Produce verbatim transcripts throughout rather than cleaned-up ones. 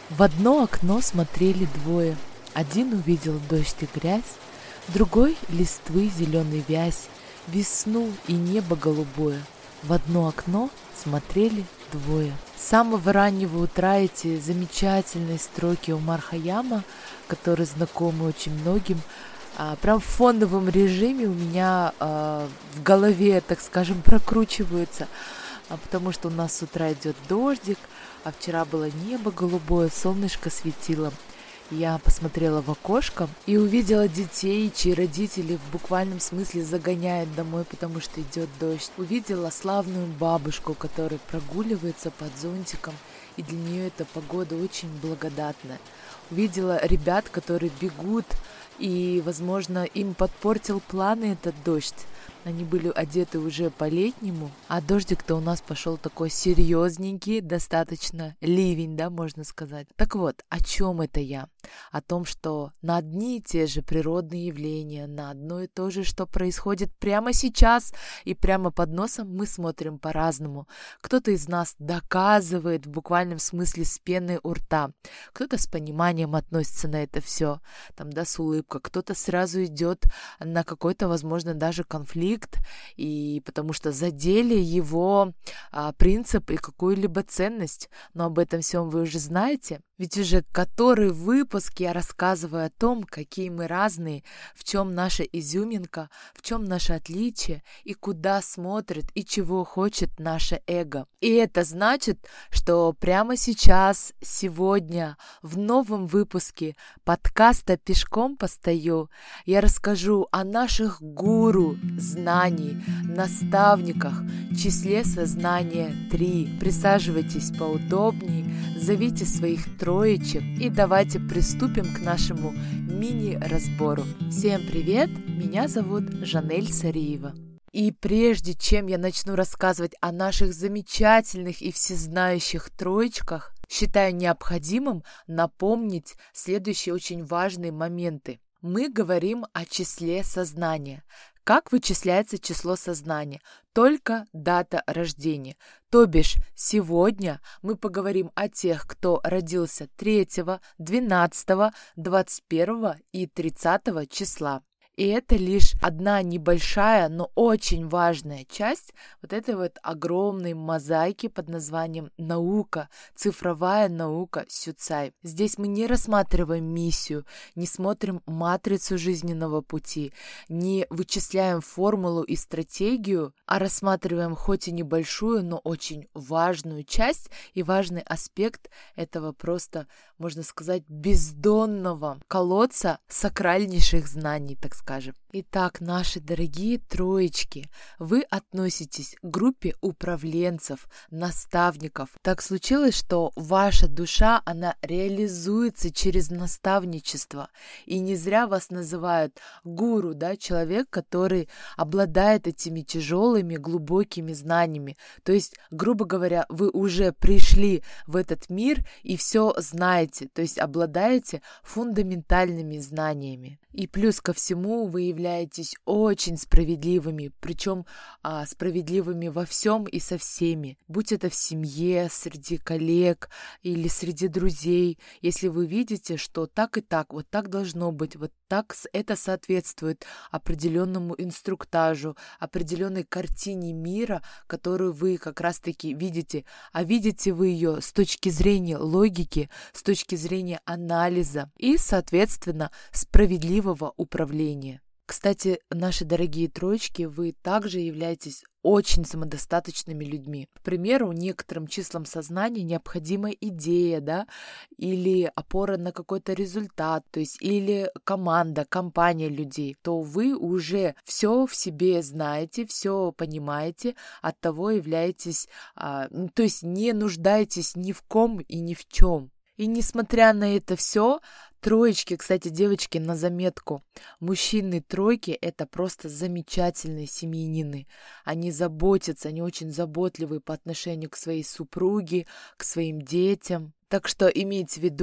В одно окно смотрели двое. Один увидел дождь и грязь, другой — листвы зеленый вязь, весну и небо голубое. В одно окно смотрели двое. С самого раннего утра эти замечательные строки Омар Хайяма, которые знакомы очень многим, а, прям в фоновом режиме у меня а, в голове, так скажем, прокручиваются, а, потому что у нас с утра идет дождик, а вчера было небо голубое, солнышко светило. Я посмотрела в окошко и увидела детей, чьи родители в буквальном смысле загоняют домой, потому что идет дождь. Увидела славную бабушку, которая прогуливается под зонтиком, и для нее эта погода очень благодатная. Увидела ребят, которые бегут, и, возможно, им подпортил планы этот дождь. Они были одеты уже по-летнему, а дождик-то у нас пошел такой серьезненький, достаточно ливень, да, можно сказать. Так вот, о чем это я? О том, что на одни и те же природные явления, на одно и то же, что происходит прямо сейчас и прямо под носом, мы смотрим по-разному. Кто-то из нас доказывает в буквальном смысле с пеной у рта, кто-то с пониманием относится на это все, там, да, с улыбкой, кто-то сразу идет на какой-то, возможно, даже конфликт, и потому что задели его а, принцип и какую-либо ценность. Но об этом всем вы уже знаете. Ведь уже который выпуск я рассказываю о том, какие мы разные, в чем наша изюминка, в чем наше отличие, и куда смотрит, и чего хочет наше эго. И это значит, что прямо сейчас, сегодня, в новом выпуске подкаста «Пешком постою» я расскажу о наших гуру знаний, наставниках, в числе сознания три. Присаживайтесь поудобней, зовите своих троечек и давайте приступим к нашему мини-разбору. Всем привет, меня зовут Жанель Сариева. И прежде чем я начну рассказывать о наших замечательных и всезнающих троечках, считаю необходимым напомнить следующие очень важные моменты. Мы говорим о числе сознания. Как вычисляется число сознания? Только дата рождения. То бишь, сегодня мы поговорим о тех, кто родился третьего, двенадцатого, двадцать первого и тридцатого числа. И это лишь одна небольшая, но очень важная часть вот этой вот огромной мозаики под названием наука, цифровая наука Сюцай. Здесь мы не рассматриваем миссию, не смотрим матрицу жизненного пути, не вычисляем формулу и стратегию, а рассматриваем хоть и небольшую, но очень важную часть и важный аспект этого просто, можно сказать, бездонного колодца сакральнейших знаний, так сказать. скажем. Итак, наши дорогие троечки, вы относитесь к группе управленцев, наставников. Так случилось, что ваша душа, она реализуется через наставничество. И не зря вас называют гуру, да, человек, который обладает этими тяжелыми, глубокими знаниями. То есть, грубо говоря, вы уже пришли в этот мир и все знаете, то есть обладаете фундаментальными знаниями. И плюс ко всему вы являетесь очень справедливыми, причем а, справедливыми во всем и со всеми. Будь это в семье, среди коллег или среди друзей. Если вы видите, что так и так, вот так должно быть, вот так это соответствует определенному инструктажу, определенной картине мира, которую вы как раз-таки видите. А видите вы ее с точки зрения логики, с точки зрения анализа и, соответственно, справедливого управления. Кстати, наши дорогие троечки, вы также являетесь очень самодостаточными людьми. К примеру, некоторым числам сознания необходима идея, да, или опора на какой-то результат, то есть или команда, компания людей, то вы уже все в себе знаете, все понимаете, оттого являетесь, а, ну, то есть не нуждаетесь ни в ком и ни в чем. И несмотря на это все, троечки, кстати, девочки, на заметку, мужчины тройки — это просто замечательные семьянины. Они заботятся, они очень заботливые по отношению к своей супруге, к своим детям. Так что имейте в виду,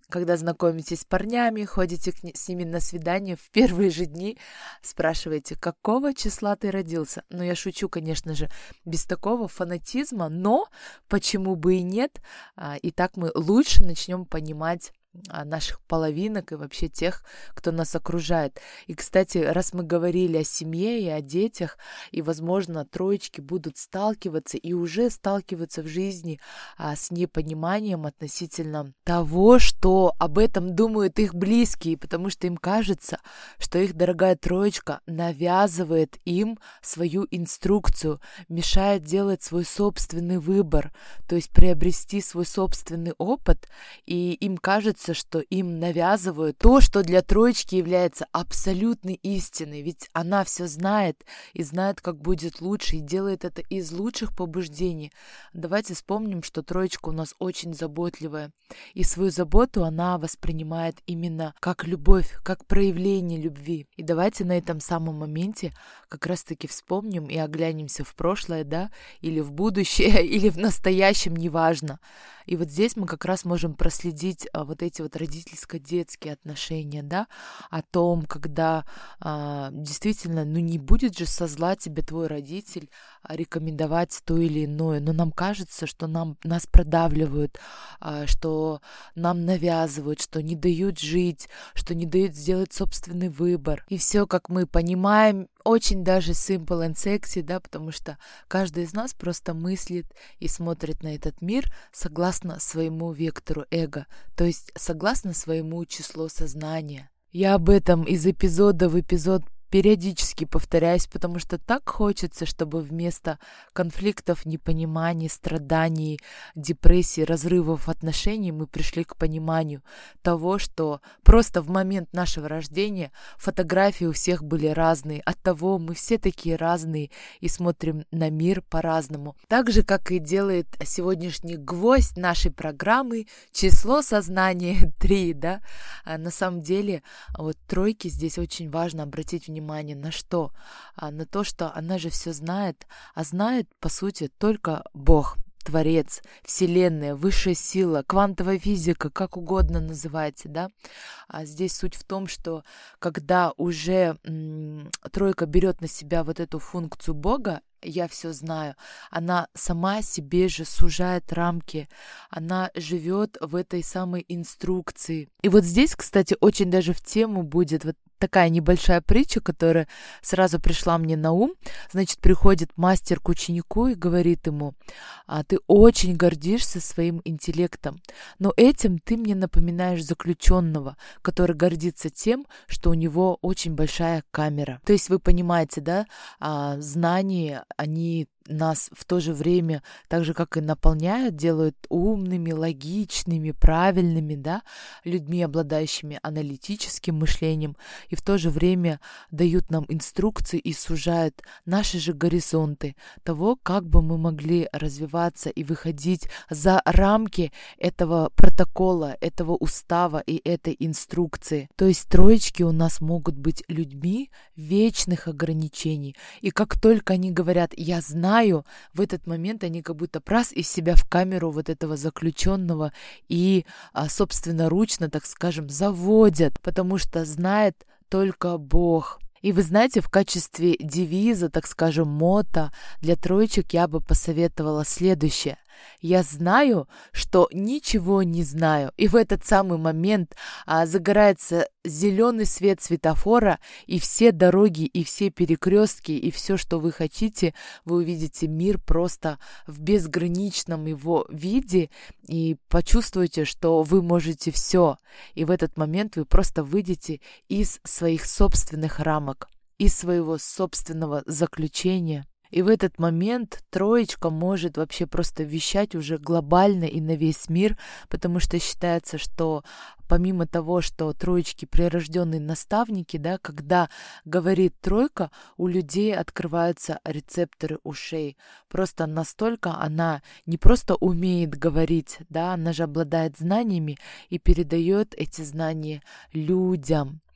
когда знакомитесь с парнями, ходите к ни- с ними на свидание, в первые же дни спрашиваете, какого числа ты родился. Ну, я шучу, конечно же, без такого фанатизма, но почему бы и нет? А, И так мы лучше начнем понимать а, наших половинок и вообще тех, кто нас окружает. И, кстати, раз мы говорили о семье и о детях, и, возможно, троечки будут сталкиваться и уже сталкиваться в жизни а, с непониманием относительно того, что об этом думают их близкие, потому что им кажется, что их дорогая троечка навязывает им свою инструкцию, мешает делать свой собственный выбор, то есть приобрести свой собственный опыт, и им кажется, что им навязывают то, что для троечки является абсолютной истиной, ведь она все знает и знает, как будет лучше, и делает это из лучших побуждений. Давайте вспомним, что троечка у нас очень заботливая, и свою заботу она воспринимает именно как любовь, как проявление любви. И давайте на этом самом моменте как раз-таки вспомним и оглянемся в прошлое, да, или в будущее, или в настоящем, неважно. И вот здесь мы как раз можем проследить а, вот эти вот родительско-детские отношения, да, о том, когда а, действительно, ну не будет же со зла тебе твой родитель а, рекомендовать то или иное, но нам кажется, что нам, нас продавливают, а, что нам навязывают, что не дают жить, что не дают сделать собственный выбор. И все, как мы понимаем, очень даже simple and sexy, да, потому что каждый из нас просто мыслит и смотрит на этот мир согласно своему вектору эго, то есть согласно своему числу сознания. Я об этом из эпизода в эпизод периодически повторяюсь, потому что так хочется, чтобы вместо конфликтов, непониманий, страданий, депрессий, разрывов отношений мы пришли к пониманию того, что просто в момент нашего рождения фотографии у всех были разные, оттого мы все такие разные и смотрим на мир по-разному. Так же, как и делает сегодняшний гвоздь нашей программы, число сознания три, да, а на самом деле вот тройки здесь очень важно обратить внимание внимание на что? А, на то, что она же все знает, а знает, по сути, только Бог, Творец, Вселенная, высшая сила, квантовая физика, как угодно называйте, да. А здесь суть в том, что когда уже м- тройка берет на себя вот эту функцию Бога, я все знаю, она сама себе же сужает рамки, она живет в этой самой инструкции. И вот здесь, кстати, очень даже в тему будет вот такая небольшая притча, которая сразу пришла мне на ум. Значит, приходит мастер к ученику и говорит ему: а, ты очень гордишься своим интеллектом, но этим ты мне напоминаешь заключенного, который гордится тем, что у него очень большая камера. То есть вы понимаете, да, а, знания, они нас в то же время, так же, как и наполняют, делают умными, логичными, правильными, да, людьми, обладающими аналитическим мышлением, и в то же время дают нам инструкции и сужают наши же горизонты того, как бы мы могли развиваться и выходить за рамки этого протокола, этого устава и этой инструкции. То есть троечки у нас могут быть людьми вечных ограничений, и как только они говорят «я знаю», в этот момент они как будто прас из себя в камеру вот этого заключенного и а, собственноручно, так скажем, заводят, потому что знает только Бог. И вы знаете, в качестве девиза, так скажем, мото для троечек я бы посоветовала следующее. Я знаю, что ничего не знаю. И в этот самый момент а, загорается зеленый свет светофора, и все дороги, и все перекрестки, и все, что вы хотите, вы увидите мир просто в безграничном его виде и почувствуете, что вы можете все. И в этот момент вы просто выйдете из своих собственных рамок, из своего собственного заключения. И в этот момент троечка может вообще просто вещать уже глобально и на весь мир, потому что считается, что помимо того, что троечки прирожденные наставники, да, когда говорит тройка, у людей открываются рецепторы ушей. Просто настолько она не просто умеет говорить, да, она же обладает знаниями и передает эти знания людям.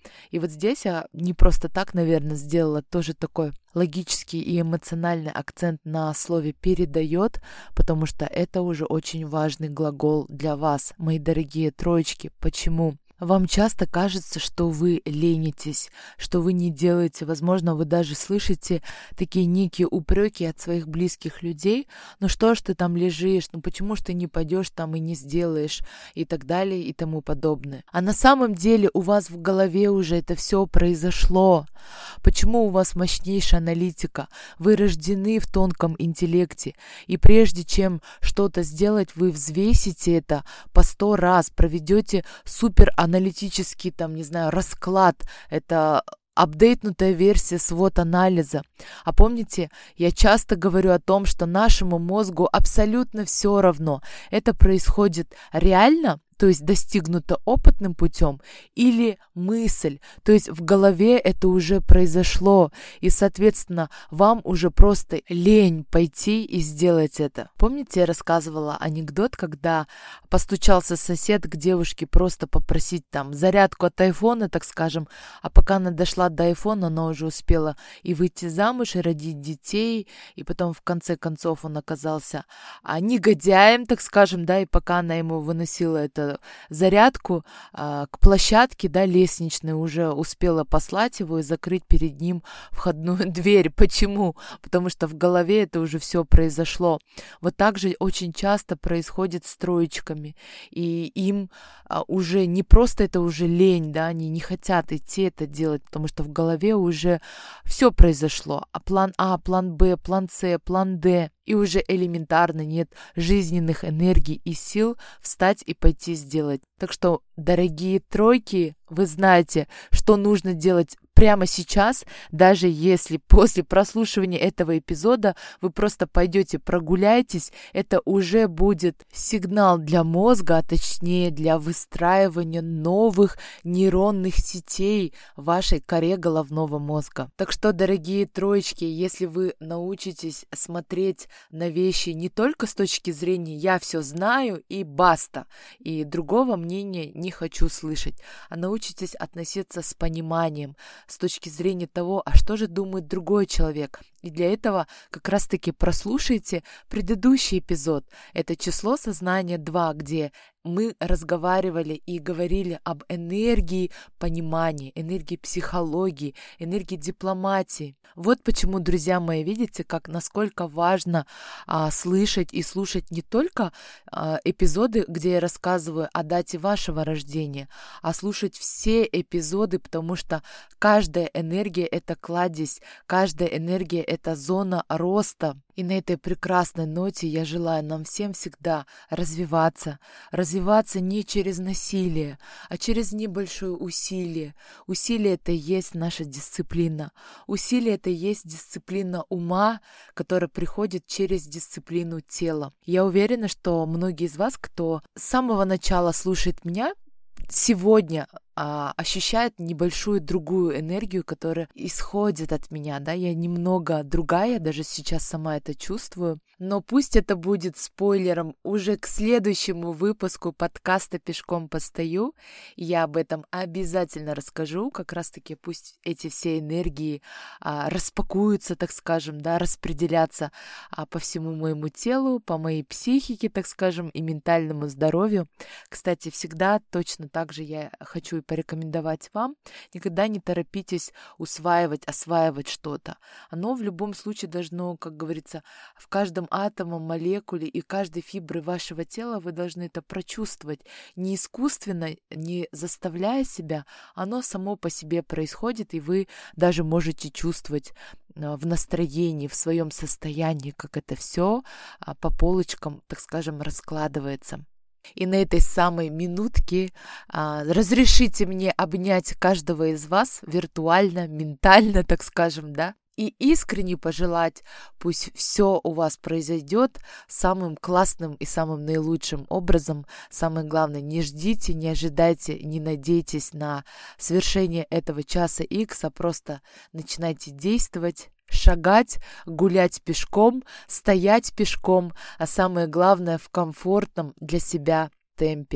И вот здесь я не просто так, наверное, сделала тоже такой логический и эмоциональный акцент на слове «передает», потому что это уже очень важный глагол для вас, мои дорогие троечки. Почему? Вам часто кажется, что вы ленитесь, что вы не делаете. Возможно, вы даже слышите такие некие упреки от своих близких людей. Ну что ж ты там лежишь, ну почему ж ты не пойдешь там и не сделаешь, и так далее, и тому подобное. А на самом деле у вас в голове уже это все произошло. Почему у вас мощнейшая аналитика? Вы рождены в тонком интеллекте, и прежде чем что-то сделать, вы взвесите это по сто раз, проведете супер аналитический, там, не знаю, расклад, это апдейтнутая версия свод-анализа. А помните, я часто говорю о том, что нашему мозгу абсолютно все равно, это происходит реально, то есть достигнуто опытным путем, или мысль, то есть в голове это уже произошло, и, соответственно, вам уже просто лень пойти и сделать это. Помните, я рассказывала анекдот, когда постучался сосед к девушке просто попросить там зарядку от айфона, так скажем, а пока она дошла до айфона, она уже успела и выйти замуж, и родить детей, и потом в конце концов он оказался а, негодяем, так скажем, да, и пока она ему выносила это зарядку а, к площадке, да, лестничной, уже успела послать его и закрыть перед ним входную дверь. Почему? Потому что в голове это уже все произошло. Вот так же очень часто происходит с троечками, и им а, уже не просто это уже лень, да, они не хотят идти это делать, потому что в голове уже все произошло, а план А, план Б, план С, план Д, и уже элементарно нет жизненных энергий и сил встать и пойти сделать. Так что, дорогие тройки, вы знаете, что нужно делать прямо сейчас, даже если после прослушивания этого эпизода вы просто пойдете прогуляетесь, это уже будет сигнал для мозга, а точнее для выстраивания новых нейронных сетей в вашей коре головного мозга. Так что, дорогие троечки, если вы научитесь смотреть на вещи не только с точки зрения «я все знаю» и «баста», и другого мнения не хочу слышать, а научитесь относиться с пониманием, с точки зрения того, а что же думает другой человек. И для этого как раз-таки прослушайте предыдущий эпизод. Это «Число сознания два», где мы разговаривали и говорили об энергии понимания, энергии психологии, энергии дипломатии. Вот почему, друзья мои, видите, как насколько важно а, слышать и слушать не только а, эпизоды, где я рассказываю о дате вашего рождения, а слушать все эпизоды, потому что каждая энергия — это кладезь, каждая энергия — это зона роста. И на этой прекрасной ноте я желаю нам всем всегда развиваться, развиваться не через насилие, а через небольшое усилие. Усилие — это и есть наша дисциплина. Усилие — это и есть дисциплина ума, которая приходит через дисциплину тела. Я уверена, что многие из вас, кто с самого начала слушает меня, сегодня а, ощущает небольшую другую энергию, которая исходит от меня, да, я немного другая, даже сейчас сама это чувствую, но пусть это будет спойлером уже к следующему выпуску подкаста «Пешком постою», я об этом обязательно расскажу, как раз-таки пусть эти все энергии а, распакуются, так скажем, да, распределятся а, по всему моему телу, по моей психике, так скажем, и ментальному здоровью. Кстати, всегда точно так же я хочу порекомендовать вам, никогда не торопитесь усваивать, осваивать что-то. Оно в любом случае должно, как говорится, в каждом атоме, молекуле и каждой фибре вашего тела вы должны это прочувствовать. Не искусственно, не заставляя себя, оно само по себе происходит, и вы даже можете чувствовать в настроении, в своем состоянии, как это все по полочкам, так скажем, раскладывается. И на этой самой минутке а, разрешите мне обнять каждого из вас виртуально, ментально, так скажем, да, и искренне пожелать, пусть все у вас произойдет самым классным и самым наилучшим образом. Самое главное, не ждите, не ожидайте, не надейтесь на свершение этого часа Икс, а просто начинайте действовать, шагать, гулять пешком, стоять пешком, а самое главное, в комфортном для себя темпе.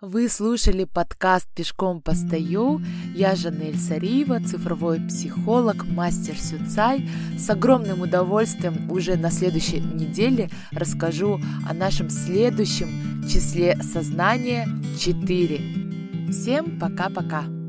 Вы слушали подкаст «Пешком постою». Я Жанель Сариева, цифровой психолог, мастер сюцай. С огромным удовольствием уже на следующей неделе расскажу о нашем следующем числе сознания четыре. Всем пока-пока!